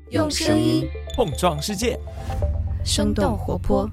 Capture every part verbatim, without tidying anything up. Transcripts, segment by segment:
用声音碰撞世界， 生动活泼。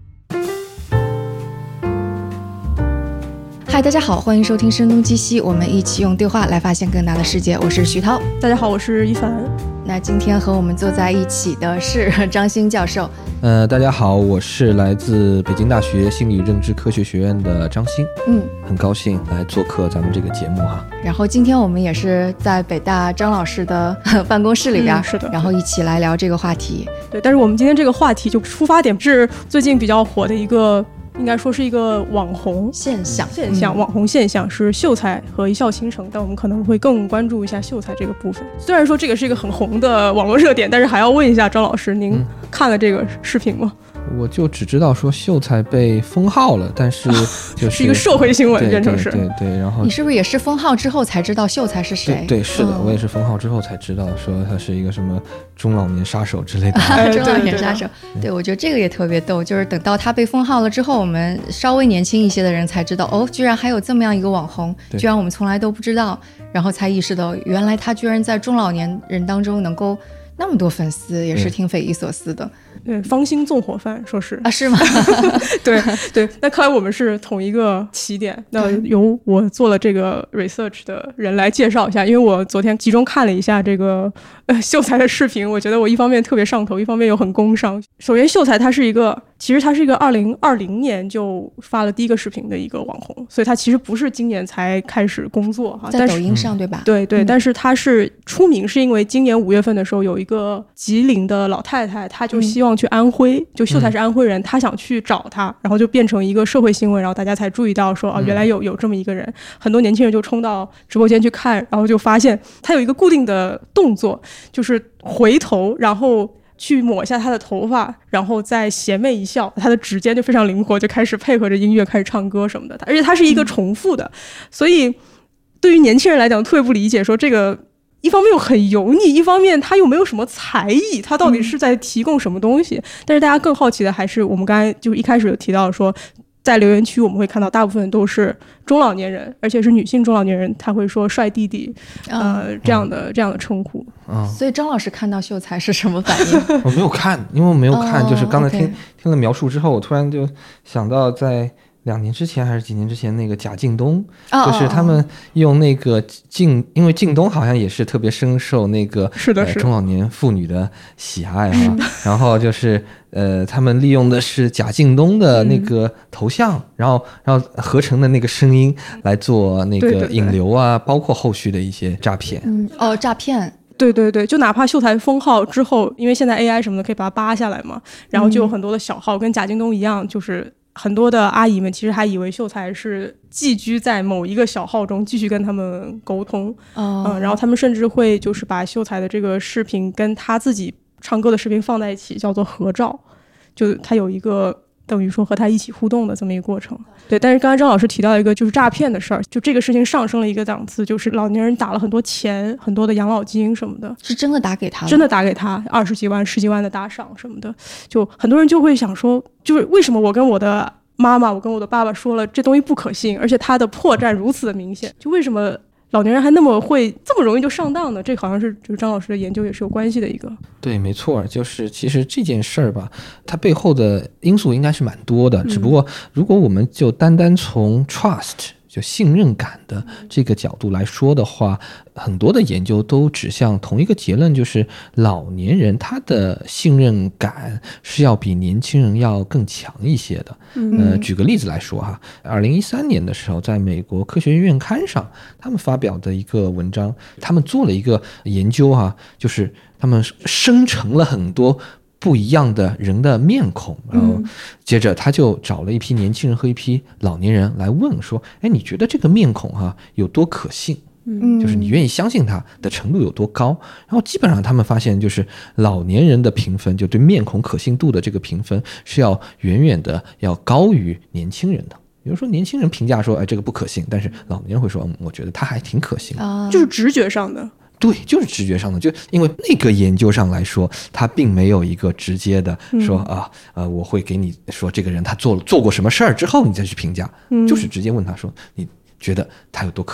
嗨，大家好，欢迎收听声东击西，我们一起用对话来发现更大的世界。我是徐涛。 大家好，我是一凡。 那今天和我们坐在一起的是张欣教授。 呃，大家好，我是来自北京大学心理认知科学学院的张欣。嗯，很高兴来做客咱们这个节目哈。 然后今天我们也是在北大张老师的办公室里边、 嗯、是的， 然后一起来聊这个话题。 对，但是我们今天这个话题就出发点是最近比较火的一个，应该说是一个网红现象， 现象、嗯、网红现象是秀才和一笑倾城，但我们可能会更关注一下秀才这个部分。虽然说这个是一个很红的网络热点，但是还要问一下张老师，您看了这个视频吗？ 我就只知道说秀才被封号了，但是就是是一个社会新闻，变成是对 对, 对, 对，然后你是不是也是封号之后才知道秀才是谁？ 对, 对是的、嗯，我也是封号之后才知道说他是一个什么中老年杀手之类的。 中老年杀手，对, 对，我觉得这个也特别逗，就是等到他被封号了之后，我们稍微年轻一些的人才知道，哦，居然还有这么样一个网红，居然我们从来都不知道，然后才意识到原来他居然在中老年人当中能够那么多粉丝，也是挺匪夷所思的。 对，芳心纵火犯说是啊，是吗？ 对对，那看来我们是同一个起点。那由我做了这个 research 的人来介绍一下，因为我昨天集中看了一下这个呃秀才的视频，我觉得我一方面特别上头，一方面又很工伤。首先，秀才他是一个，其实他是一个二零二零年就发了第一个视频的一个网红，所以他其实不是今年才开始工作哈， 在抖音上对吧？ 对对、 嗯， 但是他是出名是因为今年五月份的时候有一个吉林的老太太，她就希望去安徽，嗯、就秀才是安徽人，她想去找他，然后就变成一个社会新闻，然后大家才注意到说啊，原来有有这么一个人，很多年轻人就冲到直播间去看，然后就发现他有一个固定的动作，就是回头，然后去抹一下他的头发，然后再邪魅一笑，他的指尖就非常灵活，就开始配合着音乐开始唱歌什么的，而且他是一个重复的、嗯、所以对于年轻人来讲特别不理解，说这个一方面又很油腻，一方面他又没有什么才艺，他到底是在提供什么东西、嗯、但是大家更好奇的还是我们刚才就一开始有提到说，在留言区我们会看到大部分都是中老年人，而且是女性中老年人，他会说帅弟弟、嗯、呃这样的、嗯、这样的称呼、 嗯、所以张老师看到秀才是什么反应？ 我没有看，因为我没有看、哦、就是刚才听、 okay. 听了描述之后，我突然就想到在两年之前还是几年之前那个贾敬东、oh, 就是他们用那个靳，因为靳东好像也是特别深受那个是的、呃、 中老年妇女的喜爱啊，然后就是呃他们利用的是贾敬东的那个头像、嗯、然后然后合成的那个声音来做那个引流啊，对对对，包括后续的一些诈骗。 嗯，哦，诈骗。 对对对，就哪怕秀才封号之后，因为现在 A I 什么的可以把它扒下来嘛，然后就有很多的小号、嗯、跟贾敬东一样，就是很多的阿姨们其实还以为秀才是寄居在某一个小号中继续跟他们沟通、哦嗯、然后他们甚至会就是把秀才的这个视频跟他自己唱歌的视频放在一起，叫做合照，就他有一个等于说和他一起互动的这么一个过程。对，但是刚才张老师提到一个就是诈骗的事儿，就这个事情上升了一个档次，就是老年人打了很多钱，很多的养老金什么的， 是真的打给他， 真的打给他二十几万十几万的打赏什么的，就很多人就会想说，就是为什么我跟我的妈妈我跟我的爸爸说了这东西不可信，而且它的破绽如此的明显，就为什么老年人还那么会这么容易就上当呢？这好像是就是张老师的研究也是有关系的一个。 对，没错，就是其实这件事儿吧，它背后的因素应该是蛮多的、嗯、只不过如果我们就单单从 trust 就信任感的这个角度来说的话，很多的研究都指向同一个结论，就是老年人他的信任感是要比年轻人要更强一些的。嗯、呃，举个例子来说哈，二零一三年的时候，在美国科学院刊上，他们发表的一个文章，他们做了一个研究哈，就是他们生成了很多不一样的人的面孔，然后接着他就找了一批年轻人和一批老年人来问说，哎，你觉得这个面孔哈有多可信？嗯，就是你愿意相信他的程度有多高？然后基本上他们发现，就是老年人的评分，就对面孔可信度的这个评分是要远远的要高于年轻人的。比如说年轻人评价说，哎，这个不可信，但是老年人会说，嗯，我觉得他还挺可信的、 啊、就是直觉上的。 对，就是直觉上的，就因为那个研究上来说，他并没有一个直接的说、嗯、啊，呃，我会给你说这个人他做做过什么事儿之后，你再去评价、嗯，就是直接问他说，你觉得他有多可信？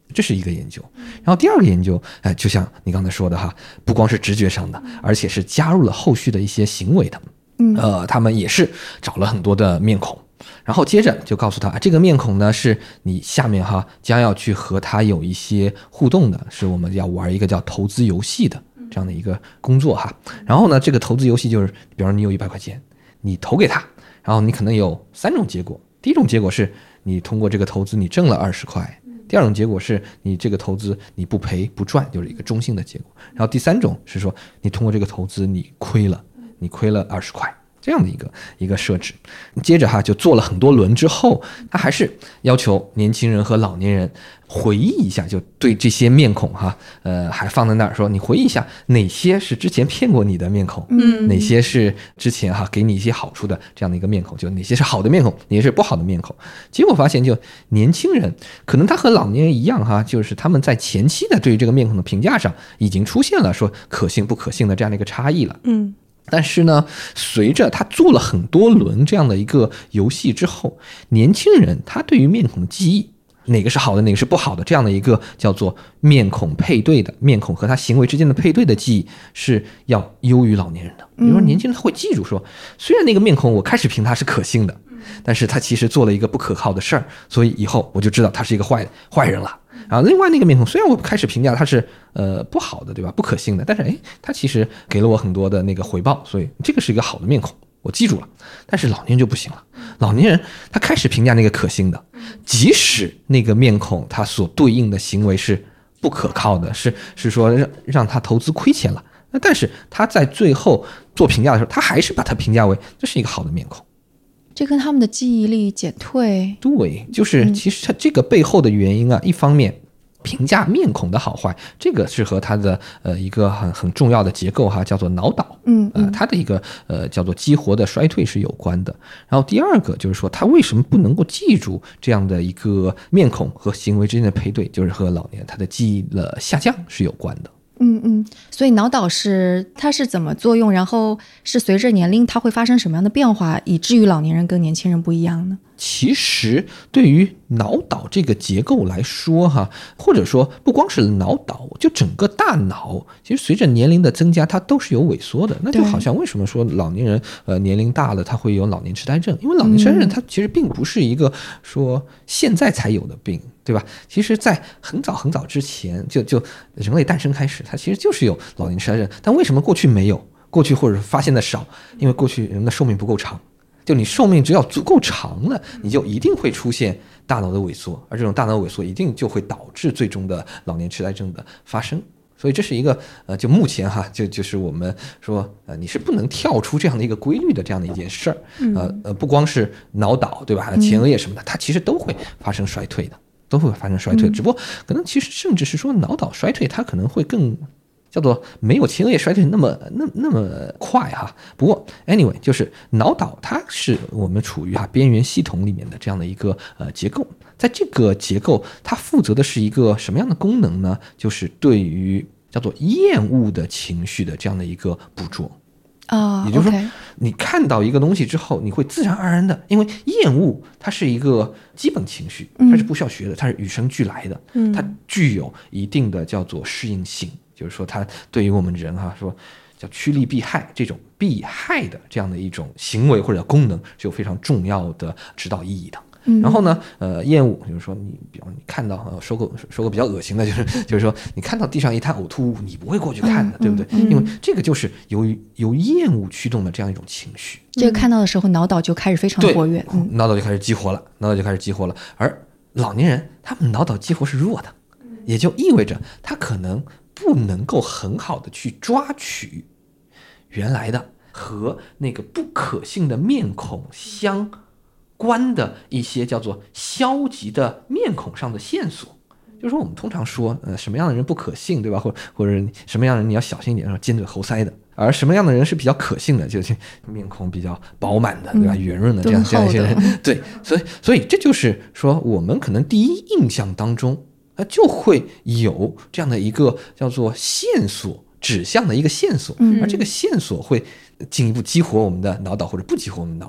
这是一个研究。然后第二个研究，哎，就像你刚才说的哈，不光是直觉上的，而且是加入了后续的一些行为的。 嗯， 呃，他们也是找了很多的面孔，然后接着就告诉他，这个面孔呢是你下面哈将要去和他有一些互动的，是我们要玩一个叫投资游戏的这样的一个工作哈。然后呢，这个投资游戏就是，比方说你有一百块钱，你投给他，然后你可能有三种结果。第一种结果是你通过这个投资你挣了二十块。第二种结果是你这个投资你不赔不赚，就是一个中性的结果。然后第三种是说你通过这个投资你亏了，你亏了二十块，这样的一个一个设置。接着哈就做了很多轮之后，他还是要求年轻人和老年人回忆一下，就对这些面孔哈，呃，还放在那儿说你回忆一下哪些是之前骗过你的面孔， 嗯， 哪些是之前哈给你一些好处的这样的一个面孔，就哪些是好的面孔，哪些是不好的面孔。结果发现，就年轻人可能他和老年人一样哈，就是他们在前期的对于这个面孔的评价上已经出现了说可信不可信的这样的一个差异了， 嗯。 但是呢，随着他做了很多轮这样的一个游戏之后，年轻人他对于面孔的记忆，哪个是好的，哪个是不好的，这样的一个叫做面孔配对的，面孔和他行为之间的配对的记忆是要优于老年人的。比如说年轻人他会记住说，虽然那个面孔我开始评他是可信的，但是他其实做了一个不可靠的事儿，所以以后我就知道他是一个坏坏人了。然后另外那个面孔，虽然我开始评价他是呃不好的，对吧，不可信的，但是哎，他其实给了我很多的那个回报，所以这个是一个好的面孔，我记住了。但是老年人就不行了，老年人他开始评价那个可信的，即使那个面孔他所对应的行为是不可靠的，是是说让让他投资亏钱了，那但是他在最后做评价的时候，他还是把它评价为这是一个好的面孔。 这跟他们的记忆力减退， 对，就是其实它这个背后的原因啊，一方面评价面孔的好坏，这个是和它的呃一个很很重要的结构哈，叫做脑岛， 嗯呃，它的一个呃叫做激活的衰退是有关的。然后第二个就是说，他为什么不能够记住这样的一个面孔和行为之间的配对，就是和老年他的记忆的下降是有关的。 嗯嗯，所以脑岛是它是怎么作用，然后是随着年龄它会发生什么样的变化，以至于老年人跟年轻人不一样呢？ 其实对于脑岛这个结构来说哈，或者说不光是脑岛，就整个大脑其实随着年龄的增加它都是有萎缩的。那就好像为什么说老年人呃年龄大了他会有老年痴呆症，因为老年痴呆症它其实并不是一个说现在才有的病，对吧？其实在很早很早之前，就就人类诞生开始，它其实就是有老年痴呆症。但为什么过去没有？过去或者发现的少，因为过去人的寿命不够长。就你寿命只要足够长了，你就一定会出现大脑的萎缩，而这种大脑萎缩一定就会导致最终的老年痴呆症的发生。所以这是一个呃，就目前哈，就就是我们说呃，你是不能跳出这样的一个规律的这样的一件事儿。呃呃，不光是脑岛对吧，前额叶什么的，它其实都会发生衰退的，都会发生衰退。只不过可能其实甚至是说脑岛衰退，它可能会更。叫做没有前额叶衰退那么那那么快哈，不过 anyway 就是脑岛它是我们处于哈边缘系统里面的这样的一个呃结构，在这个结构它负责的是一个什么样的功能呢？就是对于叫做厌恶的情绪的这样的一个捕捉啊， 也就是说 okay 你看到一个东西之后，你会自然而然的，因为厌恶它是一个基本情绪，它是不需要学的，它是与生俱来的，它具有一定的叫做适应性。就是说它对于我们人哈、啊、说叫趋利避害，这种避害的这样的一种行为或者功能是有非常重要的指导意义的。 嗯、 然后呢呃厌恶就是说你比方你看到呃说个说个比较恶心的就是就是说你看到地上一滩呕吐物你不会过去看的、嗯、对不对、嗯、因为这个就是由于由厌恶驱动的这样一种情绪， 这个看到的时候脑岛就开始非常活跃， 嗯、脑岛就开始激活了脑岛就开始激活了而老年人他们脑岛激活是弱的，也就意味着他可能不能够很好的去抓取原来的和那个不可信的面孔相关的一些叫做消极的面孔上的线索。就是说我们通常说呃什么样的人不可信，对吧？或者或者什么样的人你要小心一点，说尖嘴猴腮的，而什么样的人是比较可信的，就是面孔比较饱满的，对吧？圆润的这样这样一些人。对，所以所以这就是说我们可能第一印象当中它就会有这样的一个叫做线索指向的一个线索，而这个线索会进一步激活我们的脑岛或者不激活我们的脑岛。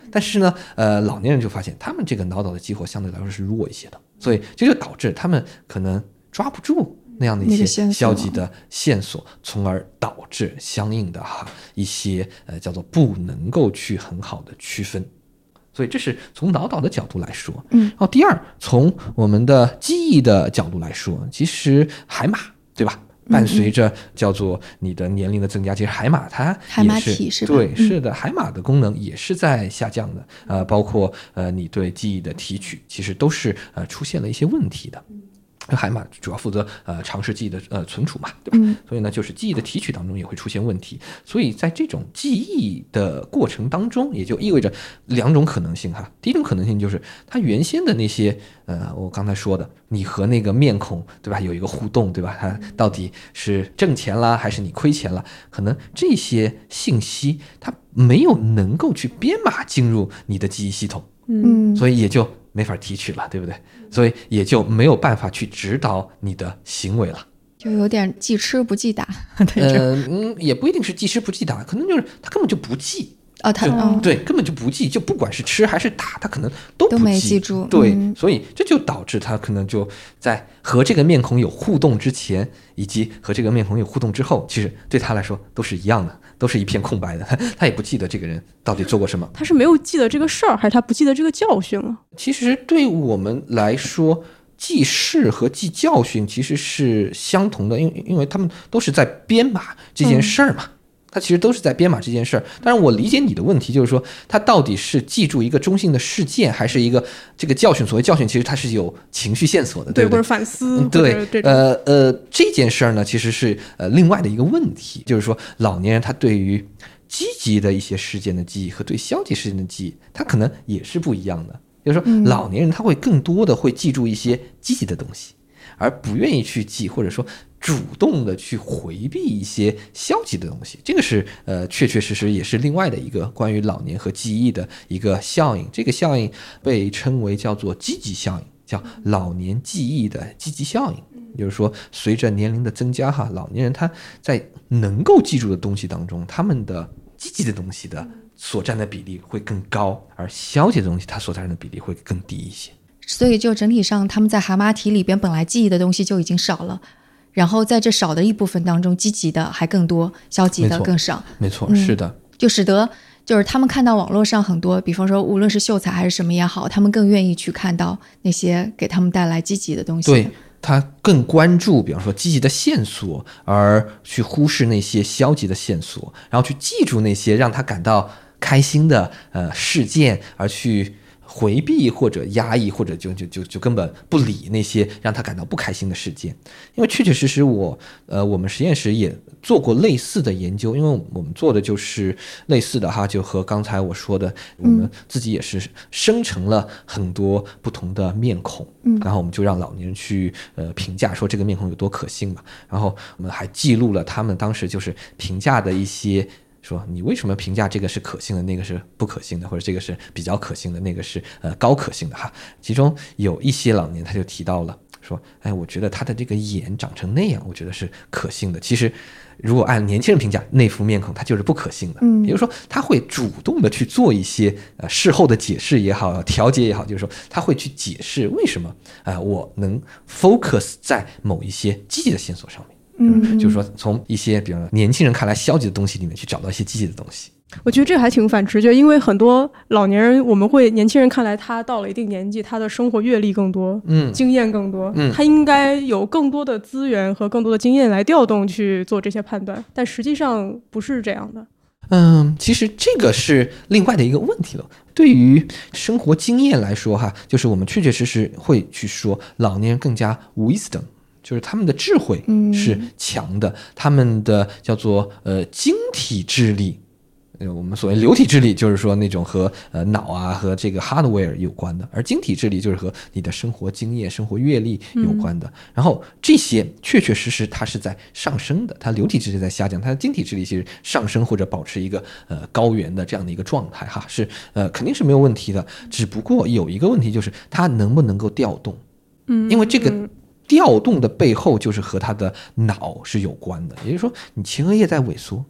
但是呢，呃，老年人就发现他们这个脑岛的激活相对来说是弱一些的，所以这就导致他们可能抓不住那样的一些消极的线索，从而导致相应的哈一些呃叫做不能够去很好的区分。所以这是从脑岛的角度来说， 嗯， 然后第二，从我们的记忆的角度来说，其实海马，对吧？伴随着叫做你的年龄的增加，其实海马它也是海马体是吧？ 对， 嗯、 是的，海马的功能也是在下降的，呃，包括呃你对记忆的提取，其实都是呃出现了一些问题的。海马主要负责呃长时记忆的呃存储嘛，对吧？ 嗯、 所以呢，就是记忆的提取当中也会出现问题。所以在这种记忆的过程当中，也就意味着两种可能性哈。第一种可能性就是它原先的那些呃，我刚才说的，你和那个面孔对吧有一个互动对吧？它到底是挣钱啦还是你亏钱了？可能这些信息它没有能够去编码进入你的记忆系统， 嗯， 所以也就没法提取了，对不对？所以也就没有办法去指导你的行为了， 就有点记吃不记打。 呃嗯，也不一定是记吃不记打，可能就是他根本就不记。 哦，他、 嗯、对，根本就不记，就不管是吃还是打，他可能都不记， 都没记住。 对、 嗯， 所以这就导致他可能就在和这个面孔有互动之前，以及和这个面孔有互动之后，其实对他来说都是一样的，都是一片空白的，他也不记得这个人到底做过什么。 他是没有记得这个事儿，还是他不记得这个教训了？ 其实对我们来说，记事和记教训其实是相同的，因为因为他们都是在编码这件事儿嘛。嗯，它其实都是在编码这件事儿，当然我理解你的问题，就是说它到底是记住一个中性的事件，还是一个这个教训？所谓教训，其实它是有情绪线索的，对不对？ 或者反思， 嗯、对，呃呃，这件事儿呢，其实是呃另外的一个问题，就是说老年人他对于积极的一些事件的记忆和对消极事件的记忆，他可能也是不一样的。就是说，老年人他会更多的会记住一些积极的东西，而不愿意去记，或者说主动的去回避一些消极的东西，这个是呃确确实实也是另外的一个关于老年和记忆的一个效应。这个效应被称为叫做积极效应，叫老年记忆的积极效应。就是说，随着年龄的增加哈，老年人他在能够记住的东西当中，他们的积极的东西的所占的比例会更高，而消极的东西它所占的比例会更低一些。 所以就整体上他们在海马体里边本来记忆的东西就已经少了，然后在这少的一部分当中，积极的还更多，消极的更少。 没错，没错，是的、 嗯、就使得就是他们看到网络上很多，比方说无论是秀才还是什么也好，他们更愿意去看到那些给他们带来积极的东西。 对，他更关注比方说积极的线索，而去忽视那些消极的线索，然后去记住那些让他感到开心的呃事件，而去回避或者压抑，或者就就就就根本不理那些让他感到不开心的事件。因为确确实实我呃我们实验室也做过类似的研究，因为我们做的就是类似的哈，就和刚才我说的，我们自己也是生成了很多不同的面孔，嗯，然后我们就让老年人去呃评价说这个面孔有多可信嘛，然后我们还记录了他们当时就是评价的一些。说你为什么评价这个是可信的，那个是不可信的，或者这个是比较可信的，那个是呃高可信的哈。其中有一些老年他就提到了说，哎，我觉得他的这个眼长成那样，我觉得是可信的。其实如果按年轻人评价，那副面孔他就是不可信的。嗯，也就是说他会主动的去做一些呃事后的解释也好，调节也好，就是说他会去解释为什么啊、呃、我能 focus 在某一些积极的线索上面。嗯，就是说从一些比如年轻人看来消极的东西里面去找到一些积极的东西。 我觉得这个还挺反直觉，因为很多老年人，我们会年轻人看来他到了一定年纪，他的生活阅历更多，嗯，经验更多，嗯，他应该有更多的资源和更多的经验来调动去做这些判断，但实际上不是这样的。 嗯，其实这个是另外的一个问题了。对于生活经验来说哈，就是我们确确实实会去说老年人更加 wisdom，就是他们的智慧是强的，嗯、他们的叫做呃晶体智力，呃我们所谓流体智力就是说那种和呃脑啊和这个 hardware 有关的，而晶体智力就是和你的生活经验、生活阅历有关的。嗯、然后这些确确实实它是在上升的，它流体智力在下降，它的晶体智力其实上升或者保持一个呃高原的这样的一个状态哈，是呃肯定是没有问题的。只不过有一个问题就是它能不能够调动，嗯，因为这个。嗯调动的背后就是和他的脑是有关的，也就是说你前额叶在萎缩，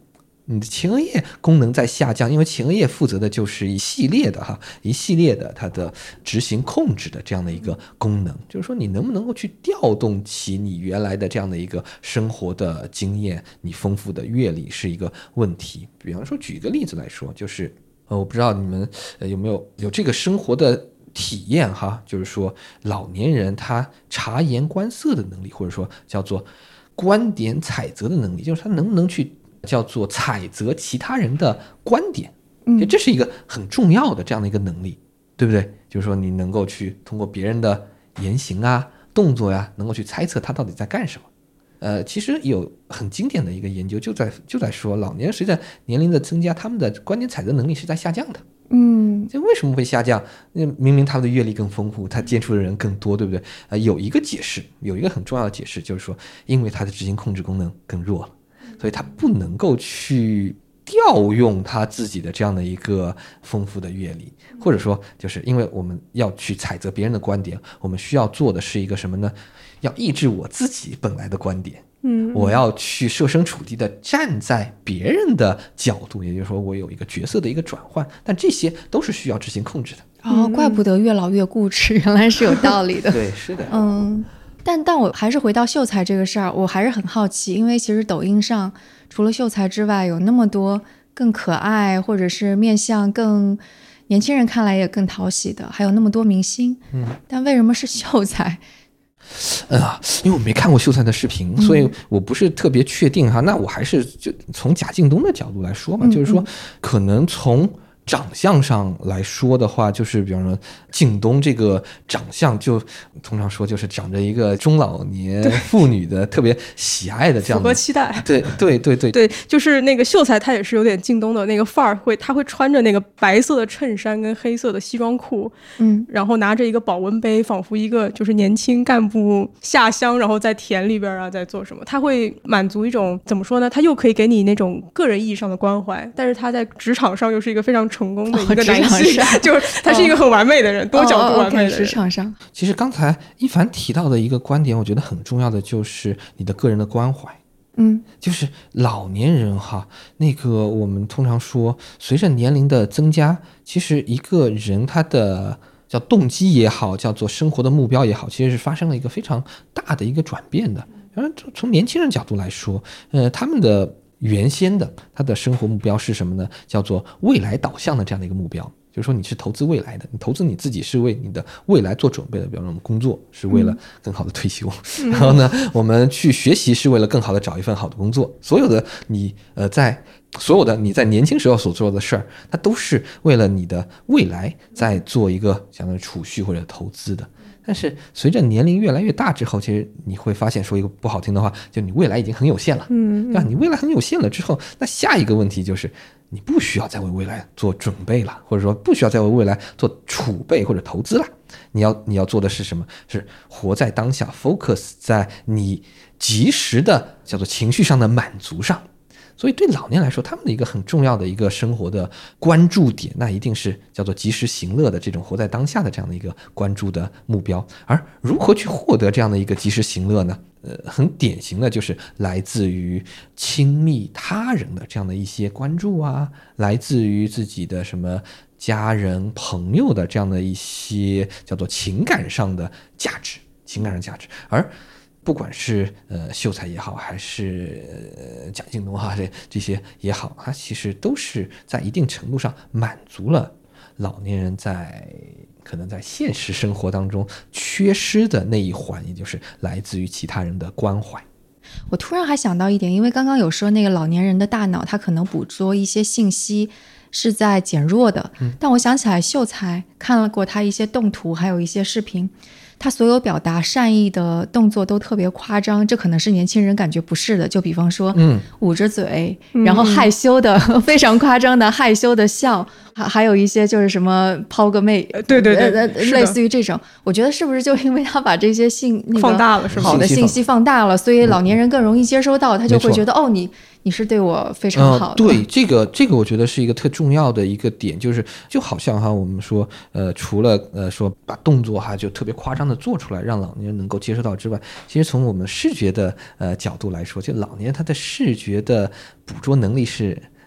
你的前额叶功能在下降，因为前额叶负责的就是一系列的哈，一系列的它的执行控制的这样的一个功能，就是说你能不能够去调动起你原来的这样的一个生活的经验，你丰富的阅历是一个问题。比方说举一个例子来说，就是呃，我不知道你们呃有没有有这个生活的体验哈，就是说老年人他察言观色的能力，或者说叫做观点采择的能力，就是他能不能去叫做采择其他人的观点，嗯，这是一个很重要的这样的一个能力，对不对？就是说你能够去通过别人的言行啊、动作呀、啊，能够去猜测他到底在干什么。呃，其实有很经典的一个研究就在就在说，老年人随着年龄的增加，他们的观点采择能力是在下降的。嗯，这为什么会下降？明明他们的阅历更丰富，他接触的人更多，对不对？呃，有一个解释，有一个很重要的解释，就是说，因为他的执行控制功能更弱了，所以他不能够去调用他自己的这样的一个丰富的阅历，或者说，就是因为我们要去采择别人的观点，我们需要做的是一个什么呢？要抑制我自己本来的观点。嗯，我要去设身处地的站在别人的角度，也就是说我有一个角色的一个转换，但这些都是需要执行控制的。 哦，怪不得越老越固执，原来是有道理的。 对，是的。 嗯，但但我还是回到秀才这个事儿，我还是很好奇，因为其实抖音上除了秀才之外，有那么多更可爱或者是面向更年轻人看来也更讨喜的，还有那么多明星。嗯，但为什么是秀才？ 嗯啊，因为我没看过秀才的视频，所以我不是特别确定哈。那我还是就从贾敬东的角度来说嘛，就是说可能从长相上来说的话，就是比方说靳东这个长相，就通常说就是长着一个中老年妇女的特别喜爱的这样的符合期待。 对对对对对，就是那个秀才，他也是有点靳东的那个范儿，会他会穿着那个白色的衬衫跟黑色的西装裤，嗯，然后拿着一个保温杯，仿佛一个就是年轻干部下乡，然后在田里边啊在做什么。他会满足一种怎么说呢？他又可以给你那种个人意义上的关怀，但是他在职场上又是一个非常成功的一个男性，哦、就是他是一个很完美的人，哦、多角度完美的人。 职场上， 其实刚才一凡提到的一个观点，我觉得很重要的就是你的个人的关怀。嗯，就是老年人哈，那个我们通常说，随着年龄的增加，其实一个人他的叫动机也好，叫做生活的目标也好，其实是发生了一个非常大的一个转变的。然后从年轻人角度来说，呃，他们的原先的他的生活目标是什么呢？叫做未来导向的这样的一个目标，就是说你是投资未来的，你投资你自己是为你的未来做准备的。比方说我们工作是为了更好的退休，嗯、然后呢我们去学习是为了更好的找一份好的工作。所有的你呃在所有的你在年轻时候所做的事儿，它都是为了你的未来在做一个相当于储蓄或者投资的。但是随着年龄越来越大之后，其实你会发现，说一个不好听的话，就你未来已经很有限了。嗯，对吧？你未来很有限了之后，那下一个问题就是你不需要再为未来做准备了，或者说不需要再为未来做储备或者投资了。你要你要做的是什么？是活在当下 ，focus 在你及时的叫做情绪上的满足上。所以对老年来说，他们的一个很重要的一个生活的关注点，那一定是叫做及时行乐的这种活在当下的这样的一个关注的目标。而如何去获得这样的一个及时行乐呢？呃，很典型的就是来自于亲密他人的这样的一些关注啊，来自于自己的什么家人朋友的这样的一些叫做情感上的价值，情感上价值。而不管是呃秀才也好，还是呃贾敬东哈，这这些也好，它其实都是在一定程度上满足了老年人在可能在现实生活当中缺失的那一环，也就是来自于其他人的关怀。 我突然还想到一点，因为刚刚有说那个老年人的大脑，他可能捕捉一些信息是在减弱的，嗯、但我想起来秀才看了过他一些动图，还有一些视频。他所有表达善意的动作都特别夸张，这可能是年轻人感觉不是的。就比方说，嗯，捂着嘴，然后害羞的，嗯、非常夸张的害羞的笑，还还有一些就是什么抛个媚， 对对对， 呃、类似于这种。我觉得是不是就因为他把这些信那个放大了，是好的信息放大了，所以老年人更容易接收到，他就会觉得哦，你你是对我非常好的。 呃、对，这个这个我觉得是一个特重要的一个点，就是就好像哈，我们说呃，除了呃说把动作哈就特别夸张的做出来，让老年人能够接受到之外，其实从我们视觉的呃角度来说，就老年人他的视觉的捕捉能力是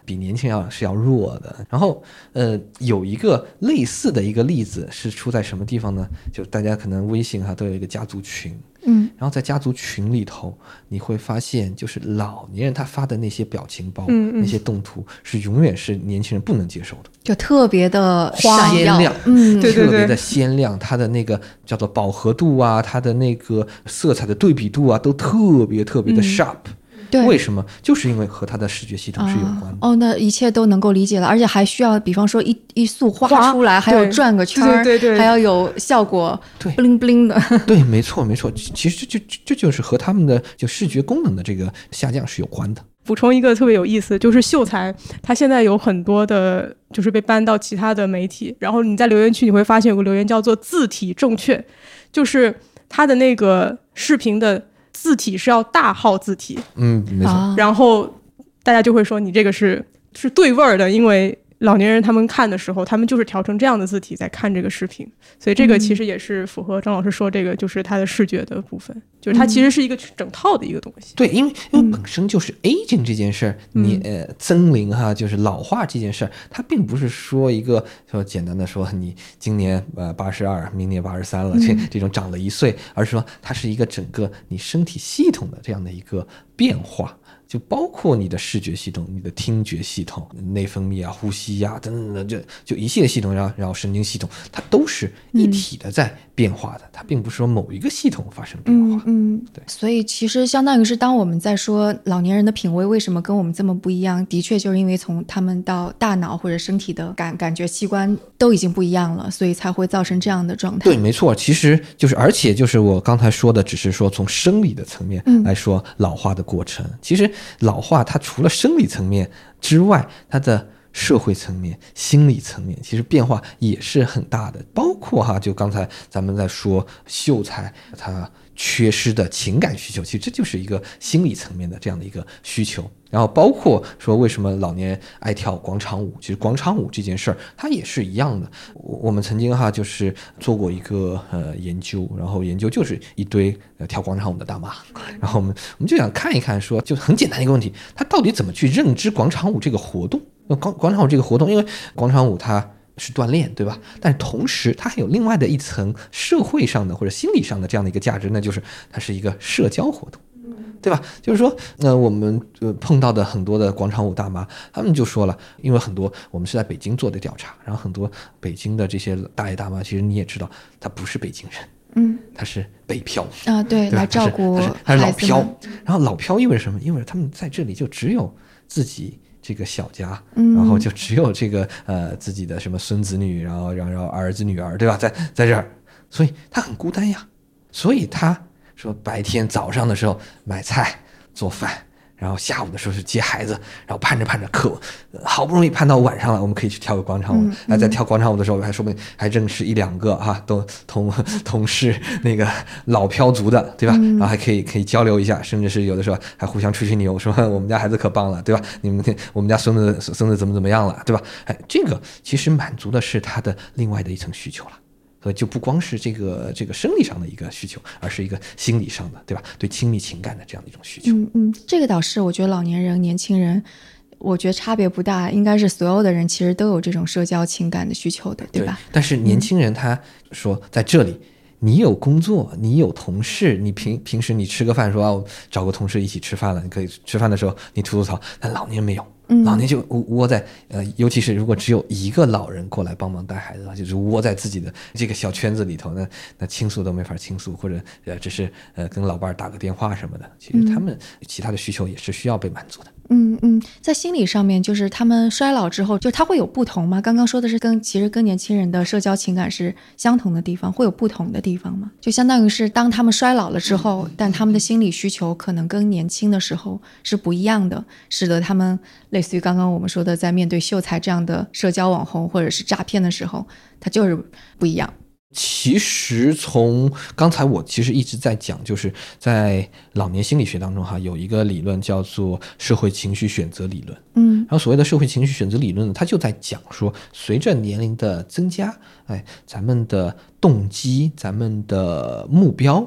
比年轻人要是要弱的。然后呃，有一个类似的一个例子是出在什么地方呢？就大家可能微信哈都有一个家族群， 嗯， 然后在家族群里头，你会发现就是老年人他发的那些表情包， 嗯嗯那些动图是永远是年轻人不能接受的， 就特别的闪耀， 鲜亮， 嗯， 对对对特别的鲜亮，它的那个叫做饱和度啊，它的那个色彩的对比度啊，都特别特别的 sharp。 对， 为什么？就是因为和它的视觉系统是有关的。 啊、哦，那一切都能够理解了，而且还需要，比方说一一束花出来，还有转个圈儿， 对对对， 还要有效果， 对 bling bling 的。 对，没错没错，其实这就这就是和他们的就视觉功能的这个下降是有关的。 补充一个特别有意思，就是秀才它现在有很多的就是被搬到其他的媒体，然后你在留言区你会发现有个留言叫做字体正确，就是它的那个视频的字体是要大号字体， 嗯，没错、 啊、 然后大家就会说你这个是是对味儿的，因为老年人他们看的时候他们就是调成这样的字体在看这个视频，所以这个其实也是符合张老师说这个就是它的视觉的部分，就是它其实是一个整套的一个东西。 对，因为因为本身就是 aging 这件事儿、嗯、你呃增龄哈，就是老化这件事儿，它并不是说一个说简单的说你今年呃八十二，明年八十三了，这这种长了一岁，而是说它是一个整个你身体系统的这样的一个变化。就包括你的视觉系统、你的听觉系统、内分泌啊、呼吸呀、啊、等等的，就就一系列系统，然后然后神经系统，它都是一体的在变化的，嗯、它并不是说某一个系统发生变化。 嗯，嗯对。 所以其实相当于是，当我们在说老年人的品味为什么跟我们这么不一样，的确就是因为从他们到大脑或者身体的感感觉器官都已经不一样了，所以才会造成这样的状态。 对，没错，其实就是而且就是我刚才说的，只是说从生理的层面来说老化的过程，嗯、其实。老化它除了生理层面之外，它的社会层面、心理层面其实变化也是很大的，包括哈，就刚才咱们在说秀才他缺失的情感需求，其实这就是一个心理层面的这样的一个需求。然后包括说为什么老年人爱跳广场舞，其实广场舞这件事儿它也是一样的。我们曾经哈就是做过一个呃研究，然后研究就是一堆呃跳广场舞的大妈，然后我们我们就想看一看说，就很简单的一个问题，他到底怎么去认知广场舞这个活动？广广场舞这个活动，因为广场舞它是锻炼，对吧？但是同时它还有另外的一层社会上的或者心理上的这样的一个价值，那就是它是一个社交活动。对吧？就是说，呃，我们呃碰到的很多的广场舞大妈，他们就说了，因为很多我们是在北京做的调查，然后很多北京的这些大爷大妈，其实你也知道，他不是北京人， 嗯， 他是北漂啊，对， 对来照顾他是他是老漂， 嗯、 然后老漂意味着什么？因为他们在这里就只有自己这个小家， 嗯、 然后就只有这个呃自己的什么孙子女，然后然后儿子女儿，对吧？在在这儿，所以他很孤单呀，所以他。说白天早上的时候买菜做饭，然后下午的时候是接孩子，然后盼着盼着课，好不容易盼到晚上了，我们可以去跳个广场舞。 嗯嗯、在跳广场舞的时候，还说不定还认识一两个哈、啊，都同同是那个老漂族的，对吧？嗯、然后还可以可以交流一下，甚至是有的时候还互相吹吹牛，说我们家孩子可棒了，对吧？你们我们家孙子孙子怎么怎么样了，对吧？哎，这个其实满足的是他的另外的一层需求了。所以就不光是这个这个生理上的一个需求，而是一个心理上的，对吧？对亲密情感的这样的一种需求。 嗯嗯，这个倒是我觉得老年人、年轻人，我觉得差别不大，应该是所有的人其实都有这种社交情感的需求的，对吧？ 对，但是年轻人他说在这里。嗯你有工作，你有同事，你平平时你吃个饭说啊，我找个同事一起吃饭了，你可以吃饭的时候你吐吐槽，但老年没有， 嗯、 老年就窝在呃，尤其是如果只有一个老人过来帮忙带孩子，就是窝在自己的这个小圈子里头，那那倾诉都没法倾诉，或者呃只是呃跟老伴儿打个电话什么的，其实他们其他的需求也是需要被满足的。 嗯嗯，在心理上面，就是他们衰老之后，就他会有不同吗？刚刚说的是跟其实跟年轻人的社交情感是相同的地方，会有不同的地方吗？就相当于是当他们衰老了之后，但他们的心理需求可能跟年轻的时候是不一样的，使得他们类似于刚刚我们说的，在面对秀才这样的社交网红或者是诈骗的时候，他就是不一样。 其实从刚才我其实一直在讲，就是在老年心理学当中哈，有一个理论叫做社会情绪选择理论。 嗯， 然后所谓的社会情绪选择理论呢，它就在讲说，随着年龄的增加，哎，咱们的动机、咱们的目标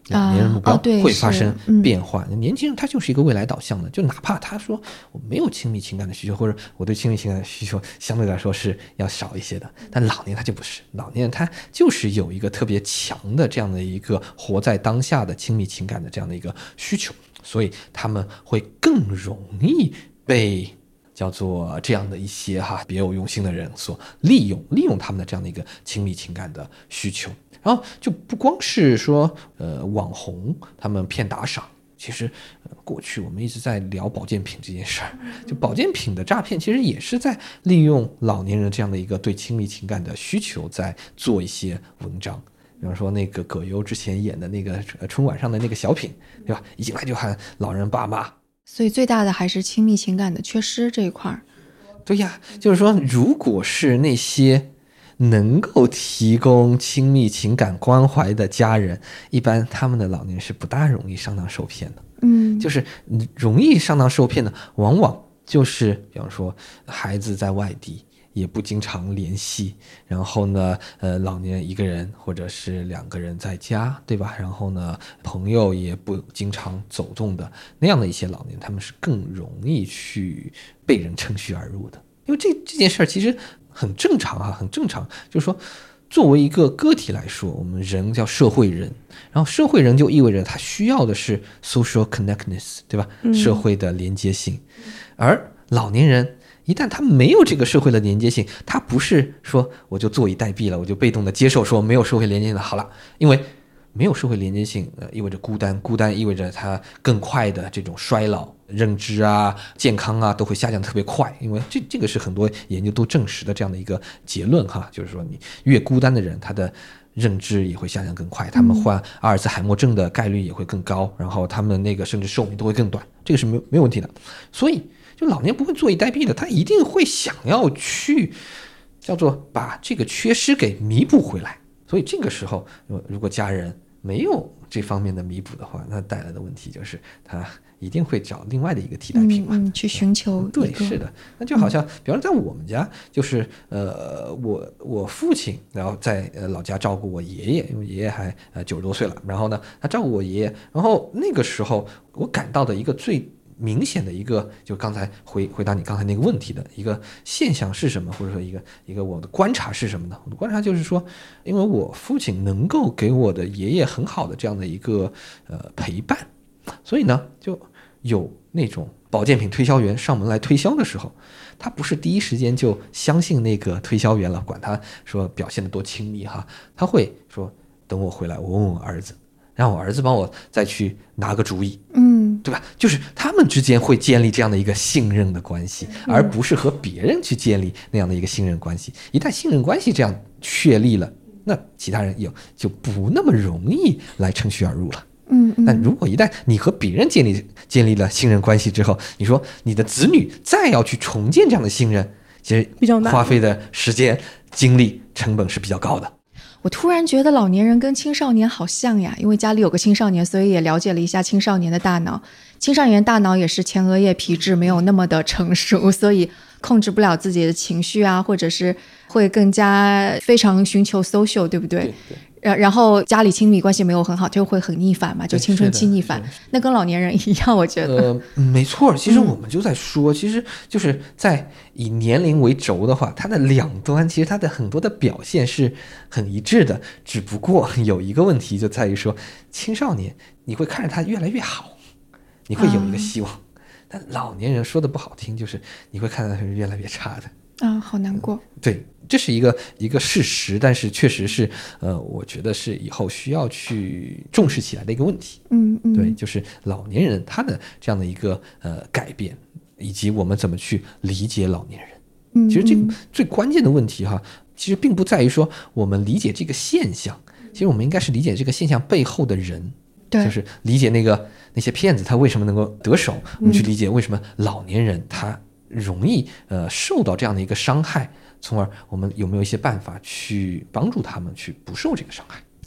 老年人目标会发生变化、 啊哦嗯、年轻人他就是一个未来导向的，就哪怕他说我没有亲密情感的需求，或者我对亲密情感的需求相对来说是要少一些的，但老年他就不是，老年人他就是有一个特别强的这样的一个活在当下的亲密情感的这样的一个需求，所以他们会更容易被叫做这样的一些哈别有用心的人所利用，利用他们的这样的一个亲密情感的需求。然后就不光是说呃网红他们骗打赏，其实、呃、过去我们一直在聊保健品这件事儿，就保健品的诈骗其实也是在利用老年人这样的一个对亲密情感的需求在做一些文章。比方说那个葛优之前演的那个春晚上的那个小品，对吧？一进来就喊老人爸妈， 所以最大的还是亲密情感的缺失这一块。 对呀，就是说如果是那些能够提供亲密情感关怀的家人，一般他们的老年人是不大容易上当受骗的。 嗯， 就是容易上当受骗的往往就是比方说孩子在外地也不经常联系，然后呢呃老年人一个人或者是两个人在家，对吧？然后呢朋友也不经常走动的那样的一些老年人，他们是更容易去被人趁虚而入的。因为这这件事儿其实很正常啊，很正常。就是说，作为一个个体来说，我们人叫社会人，然后社会人就意味着他需要的是 social connectedness， 对吧？ 嗯、 社会的连接性。而老年人一旦他没有这个社会的连接性，他不是说我就坐以待毙了，我就被动的接受说没有社会连接性了，好了，因为没有社会连接性，呃，意味着孤单，孤单意味着他更快的这种衰老，认知啊、健康啊都会下降特别快，因为这这个是很多研究都证实的这样的一个结论哈，就是说你越孤单的人，他的认知也会下降更快，他们患阿尔兹海默症的概率也会更高，然后他们那个甚至寿命都会更短，这个是没有没有问题的。所以就老年不会坐以待毙的，他一定会想要去叫做把这个缺失给弥补回来。所以这个时候如果家人没有这方面的弥补的话，那带来的问题就是他一定会找另外的一个替代品嘛， 嗯嗯、去寻求一个。 对，是的。那就好像、嗯、比方说在我们家，就是呃我我父亲然后在呃老家照顾我爷爷，因为爷爷还呃九十多岁了，然后呢他照顾我爷爷，然后那个时候我感到的一个最明显的一个，就刚才回回答你刚才那个问题的一个现象是什么，或者说一个一个我的观察是什么呢？我的观察就是说，因为我父亲能够给我的爷爷很好的这样的一个呃陪伴，所以呢就有那种保健品推销员上门来推销的时候，他不是第一时间就相信那个推销员了，管他说表现得多亲密哈，他会说等我回来我问我儿子，让我儿子帮我再去拿个主意， 嗯， 对吧？就是他们之间会建立这样的一个信任的关系， 嗯、 而不是和别人去建立那样的一个信任关系。一旦信任关系这样确立了，那其他人有就不那么容易来趁虚而入了。 嗯嗯。 但如果一旦你和别人建立建立了信任关系之后，你说你的子女再要去重建这样的信任，其实比较难， 花费的时间、精力、成本是比较高的。 我突然觉得老年人跟青少年好像呀，因为家里有个青少年，所以也了解了一下青少年的大脑。青少年大脑也是前额叶皮质没有那么的成熟，所以控制不了自己的情绪啊，或者是会更加非常寻求 social， 对不对？ 对对。 然然后家里亲密关系没有很好，就会很逆反嘛，就青春期逆反。那跟老年人一样，我觉得。 呃，没错。其实我们就在说，嗯、其实就是在以年龄为轴的话，它的两端其实它的很多的表现是很一致的，只不过有一个问题就在于说，青少年你会看着他越来越好，你会有一个希望，啊、但老年人说的不好听，就是你会看到他是越来越差的。 啊，好难过。 对。这是一个一个事实，但是确实是，呃，我觉得是以后需要去重视起来的一个问题。 嗯嗯， 对，就是老年人他的这样的一个呃改变，以及我们怎么去理解老年人。 嗯， 其实这个最关键的问题哈，其实并不在于说我们理解这个现象，其实我们应该是理解这个现象背后的人。 对， 就是理解那个那些骗子他为什么能够得手，我们去理解为什么老年人他容易呃受到这样的一个伤害。从而我们有没有一些办法去帮助他们去不受这个伤害？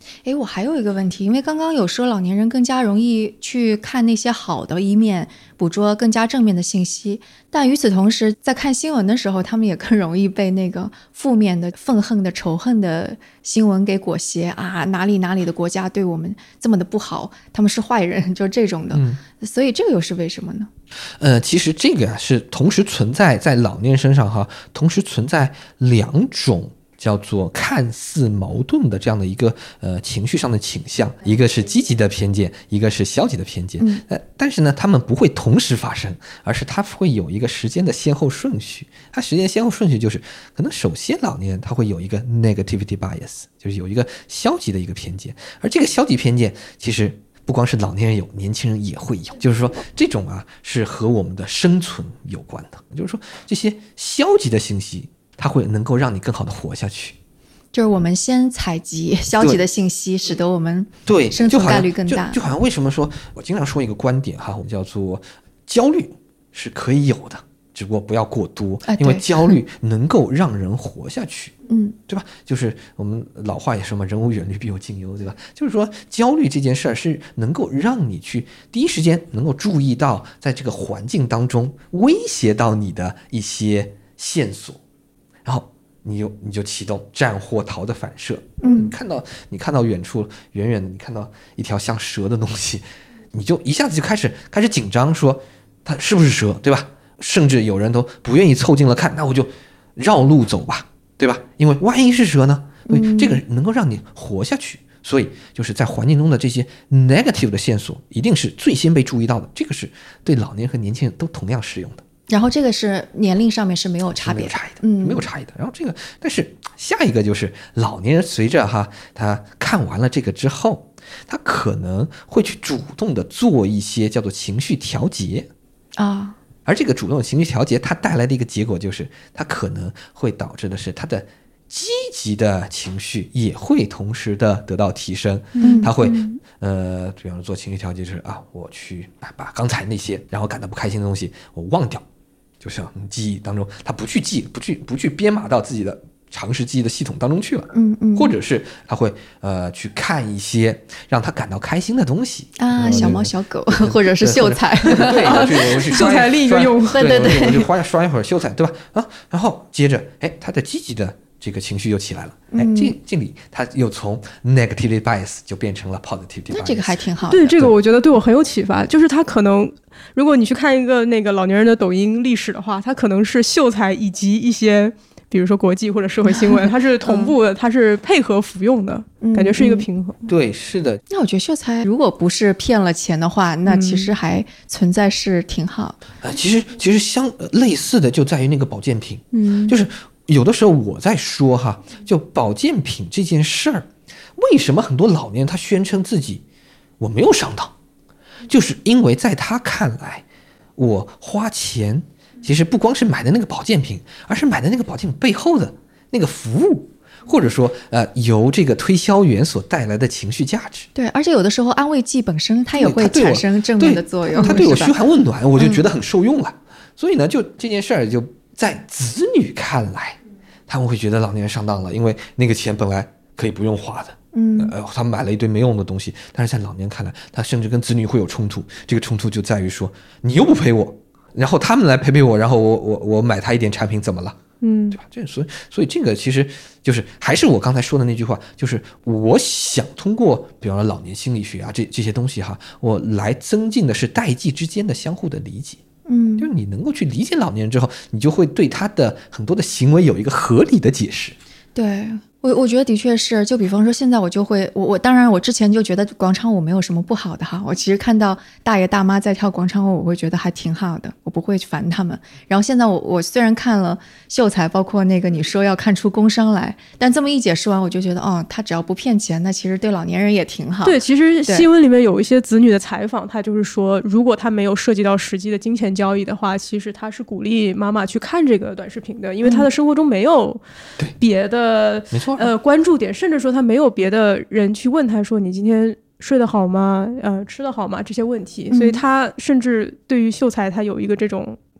诶，我还有一个问题，因为刚刚有说老年人更加容易去看那些好的一面，捕捉更加正面的信息，但与此同时，在看新闻的时候，他们也更容易被那个负面的、愤恨的、仇恨的新闻给裹挟啊，哪里哪里的国家对我们这么的不好，他们是坏人，就这种的。嗯，所以这个又是为什么呢？ 呃，其实这个啊是同时存在在老年人身上哈，同时存在两种叫做看似矛盾的这样的一个呃情绪上的倾向，一个是积极的偏见，一个是消极的偏见。嗯、呃，但是呢，他们不会同时发生，而是它会有一个时间的先后顺序。它时间先后顺序就是，可能首先老年人他会有一个 negativity bias， 就是有一个消极的一个偏见，而这个消极偏见其实不光是老年人有，年轻人也会有。就是说，这种啊是和我们的生存有关的。就是说，这些消极的信息，它会能够让你更好的活下去。 就是我们先采集消极的信息，使得我们对生存概率更大。 就, 就, 就好像为什么说我经常说一个观点哈，我们叫做焦虑是可以有的，只不过不要过多， 啊、 因为焦虑能够让人活下去， 嗯， 对吧？就是我们老话也说嘛，人无远虑必有近忧，对吧？就是说焦虑这件事儿是能够让你去第一时间能够注意到在这个环境当中威胁到你的一些线索，然后你就你就启动战或逃的反射。 嗯， 你看到你看到远处远远的，你看到一条像蛇的东西，你就一下子就开始开始紧张，说它是不是蛇，对吧？甚至有人都不愿意凑近了看，那我就绕路走吧，对吧？因为万一是蛇呢？所以这个能够让你活下去。嗯，所以就是在环境中的这些 negative 的线索一定是最先被注意到的，这个是对老年人和年轻人都同样适用的。 然后这个是年龄上面是没有差别的， 没有差异的，嗯，没有差异的。然后这个，但是下一个就是老年人随着哈他看完了这个之后，他可能会去主动的做一些叫做情绪调节啊。 而这个主动的情绪调节，它带来的一个结果就是，它可能会导致的是他的积极的情绪也会同时的得到提升。 嗯， 他会、 嗯、 呃，比方说做情绪调节就是啊，我去把刚才那些然后感到不开心的东西我忘掉。就像记忆当中，他不去记，不去不去编码到自己的常识记忆的系统当中去了， 嗯嗯， 或者是他会呃去看一些让他感到开心的东西啊，小猫小狗，或者是秀才， 对，我去我去秀才另一个用， 对对对， 我就刷刷一会儿秀才，对吧？啊，然后接着，哎，他的积极的这个情绪又起来了，哎，这这里他又从 negative bias 就变成了 positive bias， 那这个还挺好的。 对，这个我觉得对我很有启发，就是他可能。如果你去看一个那个老年人的抖音历史的话，它可能是秀才以及一些比如说国际或者社会新闻，它是同步的，它是配合服用的，感觉是一个平衡。 对，是的。 那我觉得秀才如果不是骗了钱的话，那其实还存在是挺好。 呃，其实其实相类似的就在于那个保健品， 嗯， 就是有的时候我在说哈，就保健品这件事儿，为什么很多老年人他宣称自己我没有上当？就是因为在他看来，我花钱其实不光是买的那个保健品，而是买的那个保健品背后的那个服务，或者说呃由这个推销员所带来的情绪价值。 对，而且有的时候安慰剂本身它也会产生正面的作用， 它对我嘘寒问暖，我就觉得很受用了。嗯、所以呢，就这件事儿就在子女看来，他们会觉得老年人上当了，因为那个钱本来可以不用花的。 嗯， 呃，他买了一堆没用的东西，但是在老年人看来，他甚至跟子女会有冲突。这个冲突就在于说，你又不陪我，然后他们来陪陪我，然后我我我买他一点产品怎么了？ 嗯， 对吧？这所以所以这个其实就是还是我刚才说的那句话，就是我想通过比方说老年心理学啊这这些东西哈，我来增进的是代际之间的相互的理解。 嗯， 就是你能够去理解老年人之后，你就会对他的很多的行为有一个合理的解释。 对。我我觉得的确是，就比方说现在我就会我我当然我之前就觉得广场舞没有什么不好的哈，我其实看到大爷大妈在跳广场舞，我会觉得还挺好的，我不会烦他们。然后现在我我虽然看了秀才，包括那个你说要看出工伤来，但这么一解释完，我就觉得哦，他只要不骗钱，那其实对老年人也挺好。 对，其实新闻里面有一些子女的采访，他就是说，如果他没有涉及到实际的金钱交易的话，其实他是鼓励妈妈去看这个短视频的，因为他的生活中没有别的、 嗯、没错。 呃，关注点，甚至说他没有别的人去问他说你今天睡得好吗？呃，吃得好吗？这些问题，所以他甚至对于秀才他有一个这种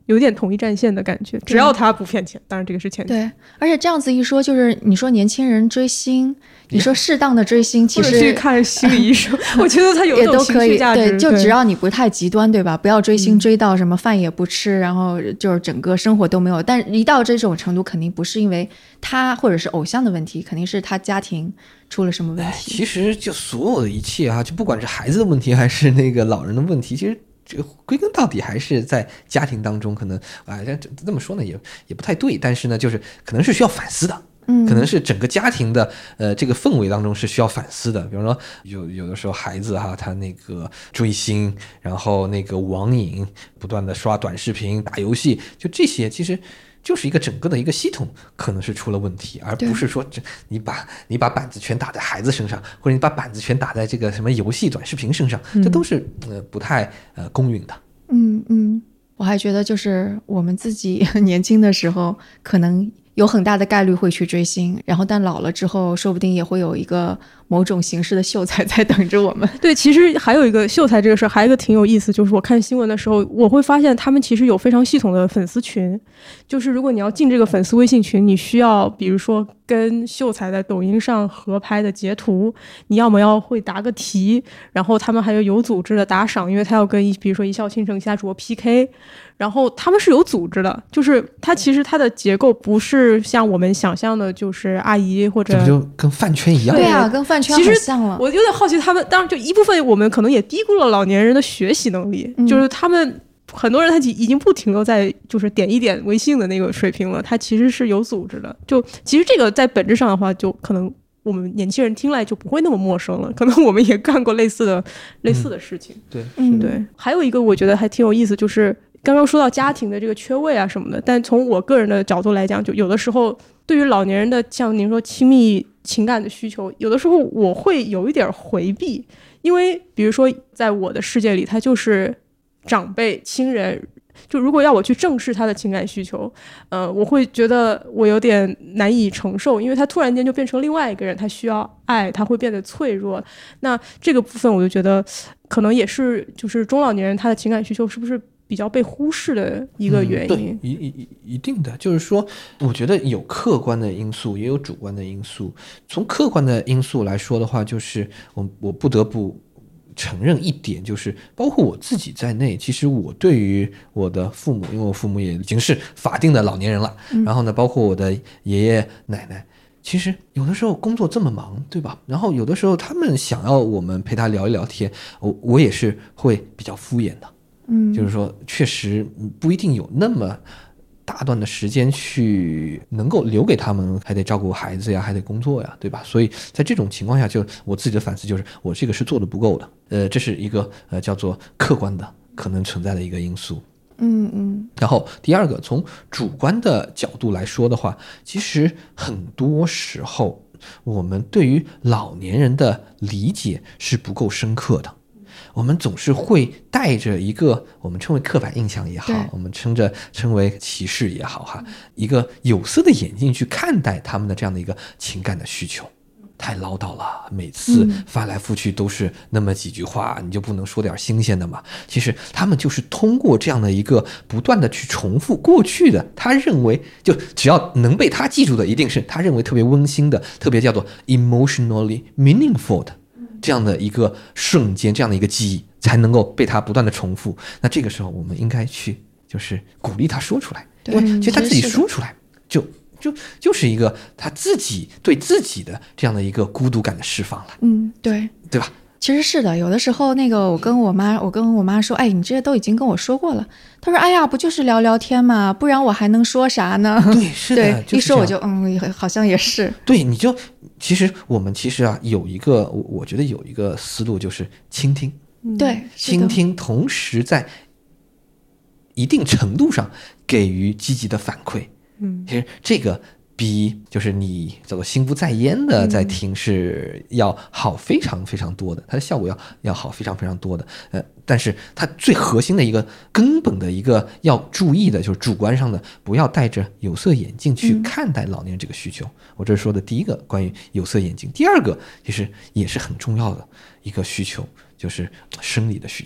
有点统一战线的感觉，只要他不骗钱，当然这个是前提。 对，而且这样子一说，就是你说年轻人追星，你说适当的追星，其实或者去看心理医生，我觉得他有一种情绪价值。 对，就只要你不太极端，对吧？不要追星追到什么饭也不吃，嗯、然后就是整个生活都没有。但一到这种程度，肯定不是因为他或者是偶像的问题，肯定是他家庭出了什么问题。 其实就所有的一切啊，就不管是孩子的问题还是那个老人的问题，其实。这个归根到底还是在家庭当中，可能啊，这这么说呢也也不太对，但是呢，就是可能是需要反思的，嗯，可能是整个家庭的呃这个氛围当中是需要反思的。比方说有有的时候孩子哈，他那个追星，然后那个网瘾，不断的刷短视频、打游戏，就这些其实。就是一个整个的一个系统可能是出了问题，而不是说这你把你把板子全打在孩子身上，或者你把板子全打在这个什么游戏短视频身上，这都是呃不太呃公允的。 嗯嗯，我还觉得就是我们自己年轻的时候可能有很大的概率会去追星，然后但老了之后说不定也会有一个某种形式的秀才在等着我们。 对，其实还有一个秀才这个事儿，还有一个挺有意思，就是我看新闻的时候，我会发现他们其实有非常系统的粉丝群，就是如果你要进这个粉丝微信群，你需要比如说跟秀才在抖音上合拍的截图，你要么要会答个题，然后他们还有有组织的打赏，因为他要跟比如说一笑倾城其他主播 P K， 然后他们是有组织的，就是他其实他的结构不是像我们想象的，就是阿姨或者这不就跟饭圈一样？ 对啊，跟饭圈很像了。 我有点好奇他们，当然就一部分我们可能也低估了老年人的学习能力，嗯、就是他们很多人他已经不停留在就是点一点微信的那个水平了，他其实是有组织的。就其实这个在本质上的话，就可能我们年轻人听来就不会那么陌生了，可能我们也干过类似的、嗯、类似的事情。 对， 嗯， 对。还有一个我觉得还挺有意思，就是刚刚说到家庭的这个缺位啊什么的，但从我个人的角度来讲，就有的时候对于老年人的像您说亲密情感的需求，有的时候我会有一点回避，因为比如说在我的世界里，他就是长辈亲人，就如果要我去正视他的情感需求，呃，我会觉得我有点难以承受，因为他突然间就变成另外一个人，他需要爱，他会变得脆弱。那这个部分我就觉得可能也是就是中老年人他的情感需求是不是比较被忽视的一个原因。 嗯、对，一一一定的，就是说我觉得有客观的因素也有主观的因素。从客观的因素来说的话，就是我我不得不承认一点，就是包括我自己在内，其实我对于我的父母，因为我父母也已经是法定的老年人了、嗯、然后呢包括我的爷爷奶奶，其实有的时候工作这么忙，对吧？然后有的时候他们想要我们陪他聊一聊天，我我也是会比较敷衍的。嗯，就是说确实不一定有那么大段的时间去能够留给他们，还得照顾孩子呀，还得工作呀，对吧？所以在这种情况下，就我自己的反思就是我这个是做的不够的，呃，这是一个呃叫做客观的可能存在的一个因素。 嗯嗯。 然后第二个，从主观的角度来说的话，其实很多时候我们对于老年人的理解是不够深刻的。我们总是会带着一个我们称为刻板印象也好，我们称着称为歧视也好哈，一个有色的眼镜去看待他们的这样的一个情感的需求。太唠叨了，每次翻来覆去都是那么几句话、嗯、你就不能说点新鲜的吗？其实他们就是通过这样的一个不断的去重复过去的，他认为就只要能被他记住的，一定是他认为特别温馨的，特别叫做 emotionally meaningful 的这样的一个瞬间，这样的一个记忆才能够被他不断的重复。那这个时候我们应该去就是鼓励他说出来，因为其实他自己说出来就就就是一个他自己对自己的这样的一个孤独感的释放了。 嗯，对， 对吧？ 其实是的，有的时候那个我跟我妈，我跟我妈说，哎，你这些都已经跟我说过了。她说，哎呀，不就是聊聊天嘛，不然我还能说啥呢？ 对，是的， 对， 就是、 一说我就嗯，好像也是。 对，你就其实我们其实啊有一个，我我觉得有一个思路就是倾听， 嗯、对， 倾听，同时在一定程度上给予积极的反馈。嗯，其实这个比就是你叫做心不在焉的在听是要好非常非常多的，它的效果要要好非常非常多的。呃，但是它最核心的一个根本的一个要注意的就是主观上的，不要戴着有色眼镜去看待老年人这个需求。嗯、我这说的第一个关于有色眼镜，第二个其实也是很重要的一个需求，就是生理的需求。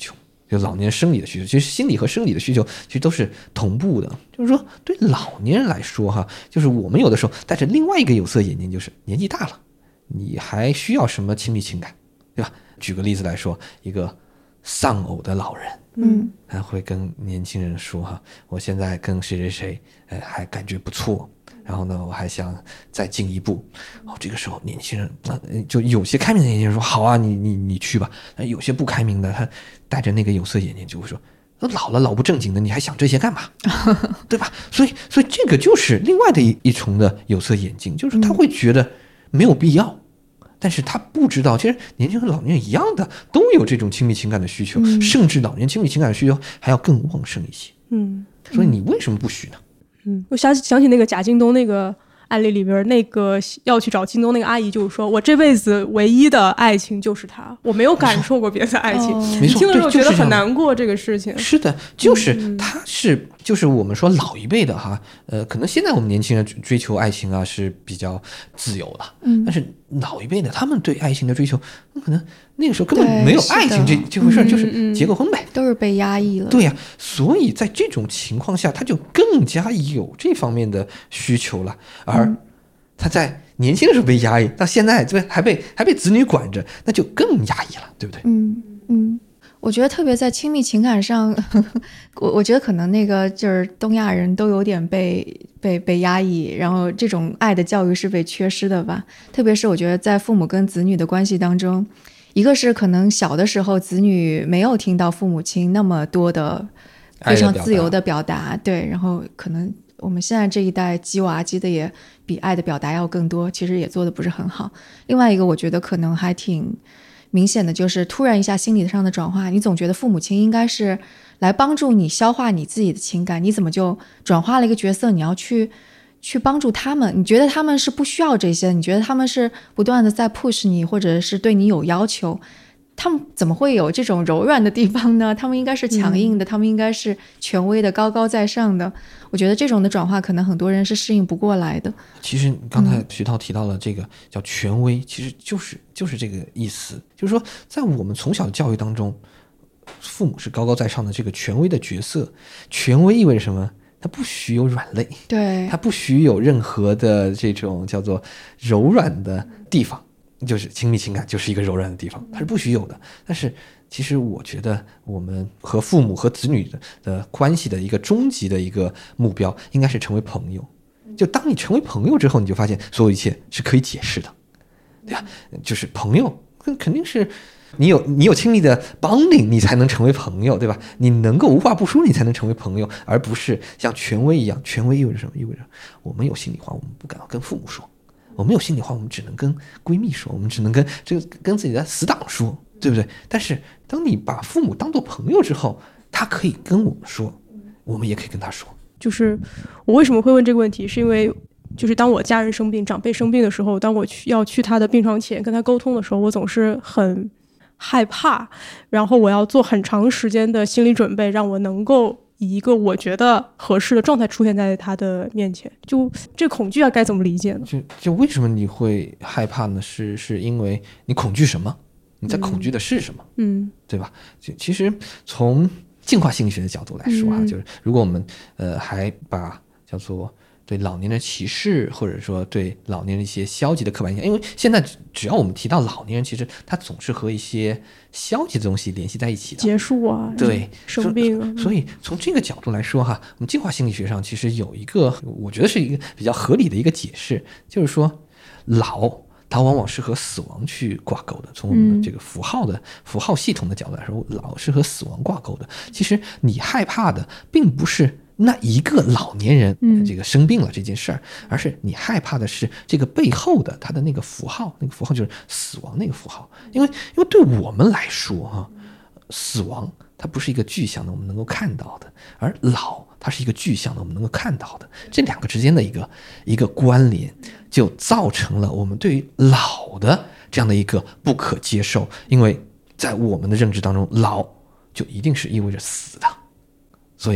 就老年人生理的需求，其实心理和生理的需求其实都是同步的。就是说对老年人来说哈，就是我们有的时候戴着另外一个有色眼镜，就是年纪大了，你还需要什么亲密情感，对吧？举个例子来说，一个丧偶的老人， 嗯， 还会跟年轻人说哈，我现在跟谁谁谁，哎，还感觉不错，然后呢，我还想再进一步。哦，这个时候年轻人，呃，就有些开明的年轻人说好啊，你你你去吧。有些不开明的，他戴着那个有色眼镜就会说，老了老不正经的，你还想这些干嘛？对吧？所以所以这个就是另外的一一重的有色眼镜，就是他会觉得没有必要。但是他不知道，其实年轻人和老年人一样的，都有这种亲密情感的需求，嗯、甚至老年亲密情感的需求还要更旺盛一些。 嗯， 所以你为什么不许呢？ 嗯，我想想起那个贾京东那个案例里边，那个要去找京东那个阿姨，就是说我这辈子唯一的爱情就是他，我没有感受过别的爱情。 没错， 听了之后觉得很难过这个事情。 是的，就是他是、嗯、就是我们说老一辈的哈，呃，可能现在我们年轻人追求爱情啊是比较自由了，嗯，但是老一辈的他们对爱情的追求，可能那个时候根本没有爱情这这回事，就是结个婚呗， 都是被压抑了。 对呀、啊，所以在这种情况下，他就更加有这方面的需求了，而他在年轻的时候被压抑，到现在对还被还被子女管着，那就更压抑了，对不对？ 嗯嗯，我觉得特别在亲密情感上，呵呵我我觉得可能那个就是东亚人都有点被被被压抑，然后这种爱的教育是被缺失的吧。特别是我觉得在父母跟子女的关系当中，一个是可能小的时候子女没有听到父母亲那么多的非常自由的表达，对，然后可能我们现在这一代鸡娃鸡的也比爱的表达要更多，其实也做的不是很好。另外一个我觉得可能还挺明显的，就是突然一下心理上的转化，你总觉得父母亲应该是来帮助你消化你自己的情感，你怎么就转化了一个角色，你要去去帮助他们，你觉得他们是不需要这些，你觉得他们是不断的在 push 你，或者是对你有要求，他们怎么会有这种柔软的地方呢？他们应该是强硬的、嗯、他们应该是权威的、高高在上的。我觉得这种的转化可能很多人是适应不过来的。 其实刚才徐涛提到了这个叫权威、嗯、其实就是就是这个意思，就是说在我们从小的教育当中，父母是高高在上的这个权威的角色。权威意味着什么？它不许有软肋， 对， 它不许有任何的这种叫做柔软的地方，就是亲密情感就是一个柔软的地方，它是不许有的。但是其实我觉得我们和父母和子女 的, 的关系的一个终极的一个目标应该是成为朋友。就当你成为朋友之后，你就发现所有一切是可以解释的，对吧？就是朋友肯定是你有你有亲密的 bonding 你才能成为朋友，对吧？你能够无话不说你才能成为朋友，而不是像权威一样。权威意味着什么？意味着我们有心里话我们不敢跟父母说，我们有心里话我们只能跟闺蜜说，我们只能跟这个跟自己的死党说，对不对？但是当你把父母当作朋友之后，他可以跟我们说，我们也可以跟他说。 就是我为什么会问这个问题，是因为就是当我家人生病长辈生病的时候，当我去要去他的病床前跟他沟通的时候，我总是很害怕，然后我要做很长时间的心理准备，让我能够以一个我觉得合适的状态出现在他的面前。就这恐惧要该怎么理解呢？ 就就为什么你会害怕呢？是是因为你恐惧什么？你在恐惧的是什么？ 嗯， 对吧？就其实从进化心理学的角度来说啊，嗯、就是如果我们呃还把叫做对老年人歧视，或者说对老年人一些消极的刻板印象，因为现在只要我们提到老年人，其实他总是和一些消极的东西联系在一起的， 结束啊， 对， 生病啊。 所以从这个角度来说哈，我们进化心理学上其实有一个，我觉得是一个比较合理的一个解释，就是说老它往往是和死亡去挂钩的。从我们的这个符号的、嗯、符号系统的角度来说，老是和死亡挂钩的。其实你害怕的并不是那一个老年人这个生病了这件事儿、嗯，而是你害怕的是这个背后的他的那个符号，那个符号就是死亡那个符号。因为因为对我们来说哈，死亡它不是一个具象的我们能够看到的，而老它是一个具象的我们能够看到的。这两个之间的一个一个关联，就造成了我们对于老的这样的一个不可接受。因为在我们的认知当中，老就一定是意味着死的，所以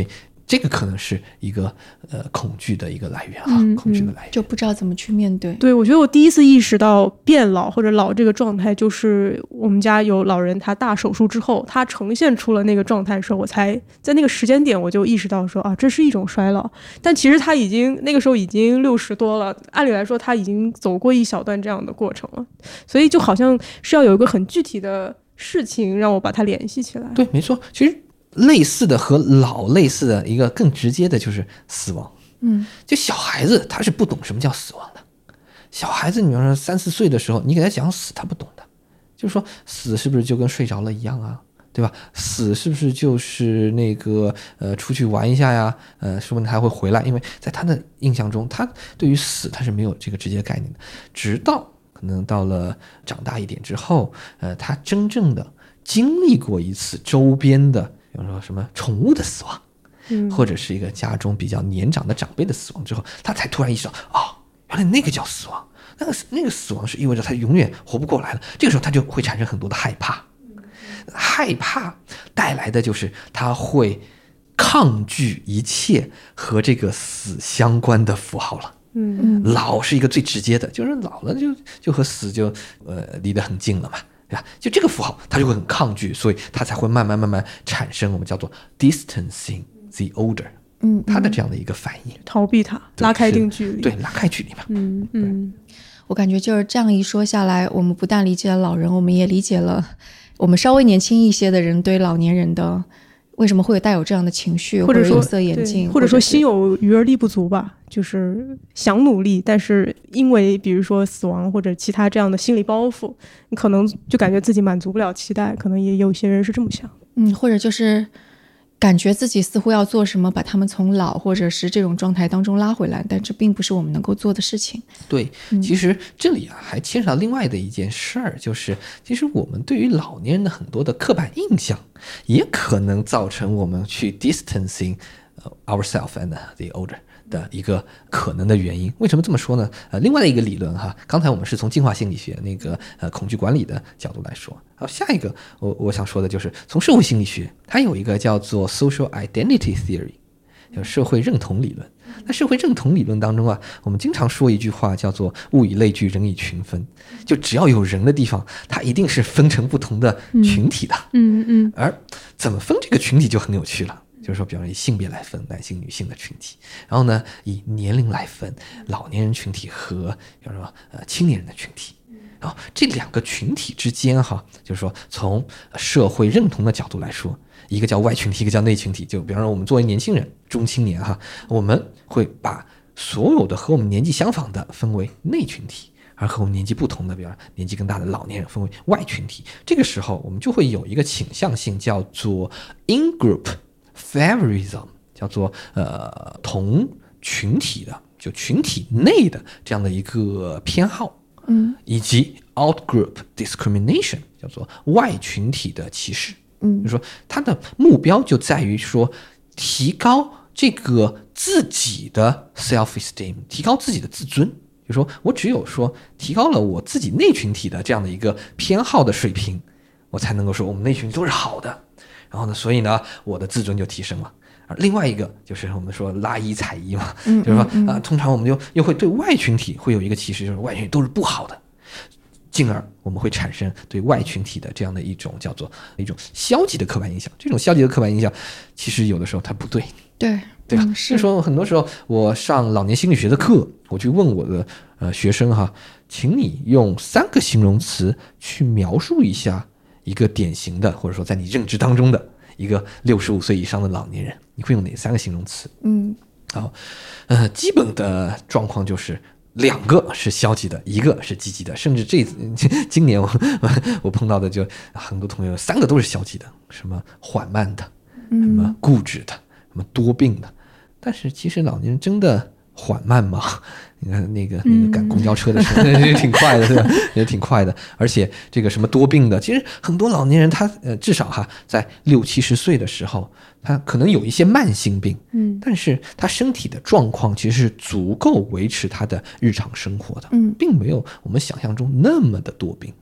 这个可能是一个呃恐惧的一个来源哈、 嗯， 恐惧的来源， 就不知道怎么去面对。 对，我觉得我第一次意识到变老或者老这个状态，就是我们家有老人他大手术之后，他呈现出了那个状态的时候，我才在那个时间点我就意识到说啊，这是一种衰老。但其实他已经那个时候已经六十多了，按理来说他已经走过一小段这样的过程了，所以就好像是要有一个很具体的事情让我把它联系起来。 对，没错，其实类似的和老类似的一个更直接的就是死亡。 嗯， 就小孩子他是不懂什么叫死亡的。小孩子，你比方说三四岁的时候，你给他讲死，他不懂的。就是说，死是不是就跟睡着了一样啊？对吧？死是不是就是那个呃出去玩一下呀？呃，说不定还会回来。因为在他的印象中，他对于死他是没有这个直接概念的。直到可能到了长大一点之后，呃，他真正的经历过一次周边的，比方说什么宠物的死亡。 嗯， 或者是一个家中比较年长的长辈的死亡之后，他才突然意识到，哦，原来那个叫死亡，那个那个死亡是意味着他永远活不过来了。这个时候他就会产生很多的害怕，害怕带来的就是他会抗拒一切和这个死相关的符号了。 嗯， 老是一个最直接的，就是老了就就和死就呃离得很近了嘛。对吧？就这个符号，他就会很抗拒，所以他才会慢慢慢慢产生我们叫做 distancing the older， 嗯， 他的这样的一个反应， 逃避它，拉开一定距离， 对，拉开距离嘛。 嗯嗯， 我感觉就是这样一说下来，我们不但理解了老人，我们也理解了我们稍微年轻一些的人对老年人的为什么会有带有这样的情绪， 或者说有色眼镜， 或者说心有有余而力不足吧，就是想努力，但是因为比如说死亡或者其他这样的心理包袱，你可能就感觉自己满足不了期待，可能也有些人是这么想。 嗯，或者就是感觉自己似乎要做什么把他们从老或者是这种状态当中拉回来，但这并不是我们能够做的事情。 对，其实这里啊还牵扯到另外的一件事儿，就是其实我们对于老年人的很多的刻板印象，也可能造成我们去 distancing ourselves and the older的一个可能的原因。为什么这么说呢？呃，另外的一个理论哈，刚才我们是从进化心理学那个呃恐惧管理的角度来说，好，下一个我我想说的就是从社会心理学，它有一个叫做 social identity theory， 叫社会认同理论。那社会认同理论当中啊，我们经常说一句话叫做物以类聚，人以群分，就只要有人的地方，它一定是分成不同的群体的。 嗯嗯， 而怎么分这个群体就很有趣了。就是说，比方说以性别来分，男性、女性的群体，然后呢，以年龄来分，老年人群体和比方说呃青年人的群体，然后这两个群体之间哈，就是说从社会认同的角度来说，一个叫外群体，一个叫内群体。就比方说我们作为年轻人、中青年哈，我们会把所有的和我们年纪相仿的分为内群体，而和我们年纪不同的，比方年纪更大的老年人分为外群体。这个时候我们就会有一个倾向性，叫做 in-group favorism， 叫做呃同群体的，就群体内的这样的一个偏好， 嗯， 以及 out-group discrimination， 叫做外群体的歧视。 嗯， 就是说它的目标就在于说提高这个自己的 self-esteem， 提高自己的自尊。就是说我只有说提高了我自己内群体的这样的一个偏好的水平，我才能够说我们内群都是好的。然后呢，所以呢，我的自尊就提升了。而另外一个就是我们说拉一踩一嘛， 嗯、 就是说啊、 嗯呃，通常我们就又会对外群体会有一个歧视，就是外群体都是不好的，进而我们会产生对外群体的这样的一种叫做一种消极的刻板印象。这种消极的刻板印象，其实有的时候它不对， 对对吧？ 嗯、是说很多时候我上老年心理学的课，我去问我的呃学生哈，请你用三个形容词去描述一下一个典型的，或者说在你认知当中的一个六十五岁以上的老年人，你会用哪三个形容词？ 嗯， 好，呃，基本的状况就是两个是消极的，一个是积极的，甚至这今年我我碰到的就很多同学，三个都是消极的，什么缓慢的，什么固执的，什么多病的。但是其实老年人真的缓慢吗？你看那个那个赶公交车的时候，也挺快的，对吧？也挺快的。而且这个什么多病的，其实很多老年人他呃至少哈在六七十岁的时候，他可能有一些慢性病， 嗯， 但是他身体的状况其实是足够维持他的日常生活的， 嗯， 并没有我们想象中那么的多病。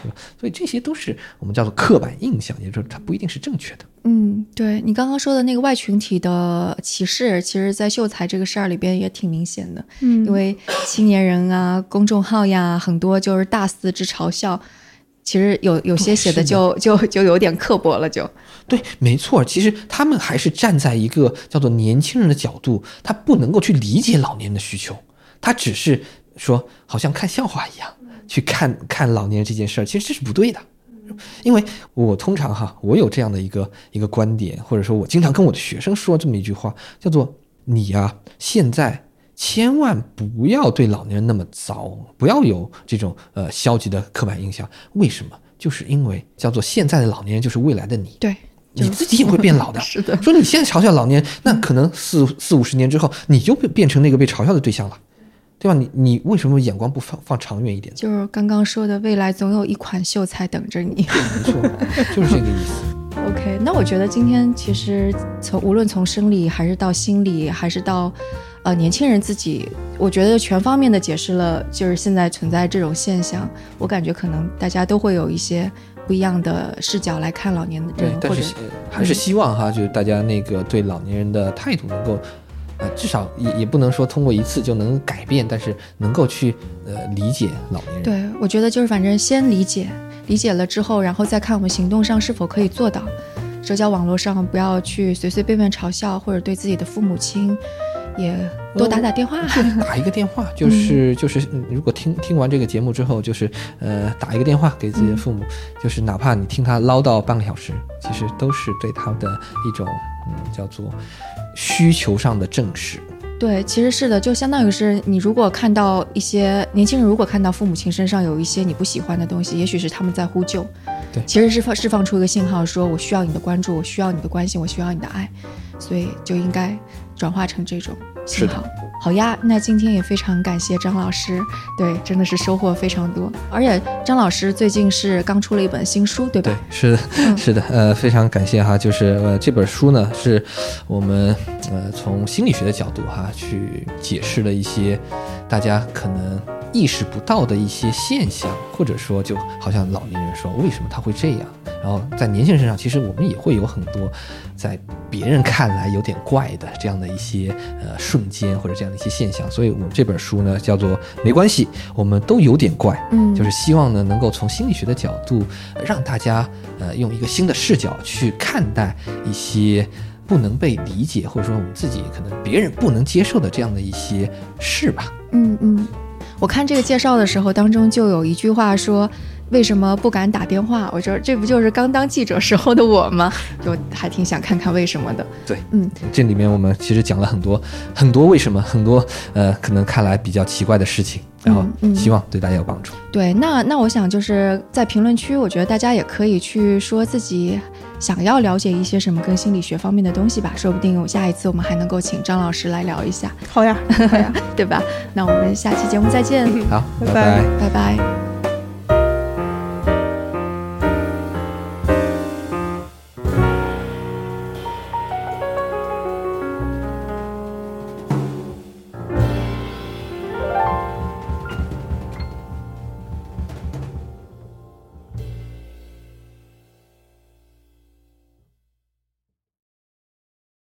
对吧？所以这些都是我们叫做刻板印象，也就是它不一定是正确的。 嗯，对，你刚刚说的那个外群体的歧视，其实在秀才这个事儿里边也挺明显的。嗯，因为青年人啊、公众号呀，很多就是大肆之嘲笑，其实有有些写的就的就就有点刻薄了就。 对，没错，其实他们还是站在一个叫做年轻人的角度，他不能够去理解老年人的需求，他只是说好像看笑话一样去看看老年人这件事儿，其实这是不对的。因为我通常哈，我有这样的一个一个观点，或者说我经常跟我的学生说这么一句话，叫做你啊，现在千万不要对老年人那么糟，不要有这种呃消极的刻板印象。为什么？就是因为叫做现在的老年人就是未来的你。 对。 你自己也会变老的。 是的。 说你现在嘲笑老年人，那可能四四五十年之后，你就变成那个被嘲笑的对象了。对吧？你你为什么眼光不放放长远一点？ 就是刚刚说的，未来总有一款秀才等着你。 没错，就是这个意思。 OK， 那我觉得今天其实从无论从生理还是到心理，还是到呃年轻人自己，我觉得全方面的解释了，就是现在存在这种现象。我感觉可能大家都会有一些不一样的视角来看老年人， 对，但是还是希望哈，就是大家那个对老年人的态度能够。呃，至少也也不能说通过一次就能改变，但是能够去呃理解老年人。 对，我觉得就是反正先理解，理解了之后，然后再看我们行动上是否可以做到。社交网络上不要去随随便便嘲笑，或者对自己的父母亲也多打打电话， 哦、打一个电话，就是、嗯、就是，如果听听完这个节目之后，就是呃打一个电话给自己的父母，嗯、就是哪怕你听他唠叨半个小时，其实都是对他的一种嗯叫做需求上的正视。 对，其实是的，就相当于是你如果看到一些年轻人，如果看到父母亲身上有一些你不喜欢的东西，也许是他们在呼救。 对， 其实是放释放出一个信号，说我需要你的关注，我需要你的关心，我需要你的爱，所以就应该转化成这种信号。好呀，那今天也非常感谢张老师，对，真的是收获非常多。而且张老师最近是刚出了一本新书，对吧？ 对，是的，嗯、是的，呃，非常感谢哈，就是呃这本书呢，是我们呃从心理学的角度哈去解释了一些大家可能意识不到的一些现象，或者说就好像老年人说为什么他会这样，然后在年轻人身上，其实我们也会有很多在别人看来有点怪的这样的一些呃瞬间或者这样的一些现象，所以我们这本书呢叫做没关系，我们都有点怪， 嗯， 就是希望呢能够从心理学的角度，呃、让大家呃用一个新的视角去看待一些不能被理解，或者说我们自己可能别人不能接受的这样的一些事吧。 嗯嗯。我看这个介绍的时候，当中就有一句话说为什么不敢打电话，我觉得这不就是刚当记者时候的我吗？就还挺想看看为什么的。 对， 嗯， 这里面我们其实讲了很多很多为什么，很多呃可能看来比较奇怪的事情，然后希望对大家有帮助。 嗯嗯、对，那那我想就是在评论区，我觉得大家也可以去说自己想要了解一些什么跟心理学方面的东西吧，说不定下一次我们还能够请张老师来聊一下。 好呀，好呀， 对吧？那我们下期节目再见。 好， 拜拜拜， 拜拜。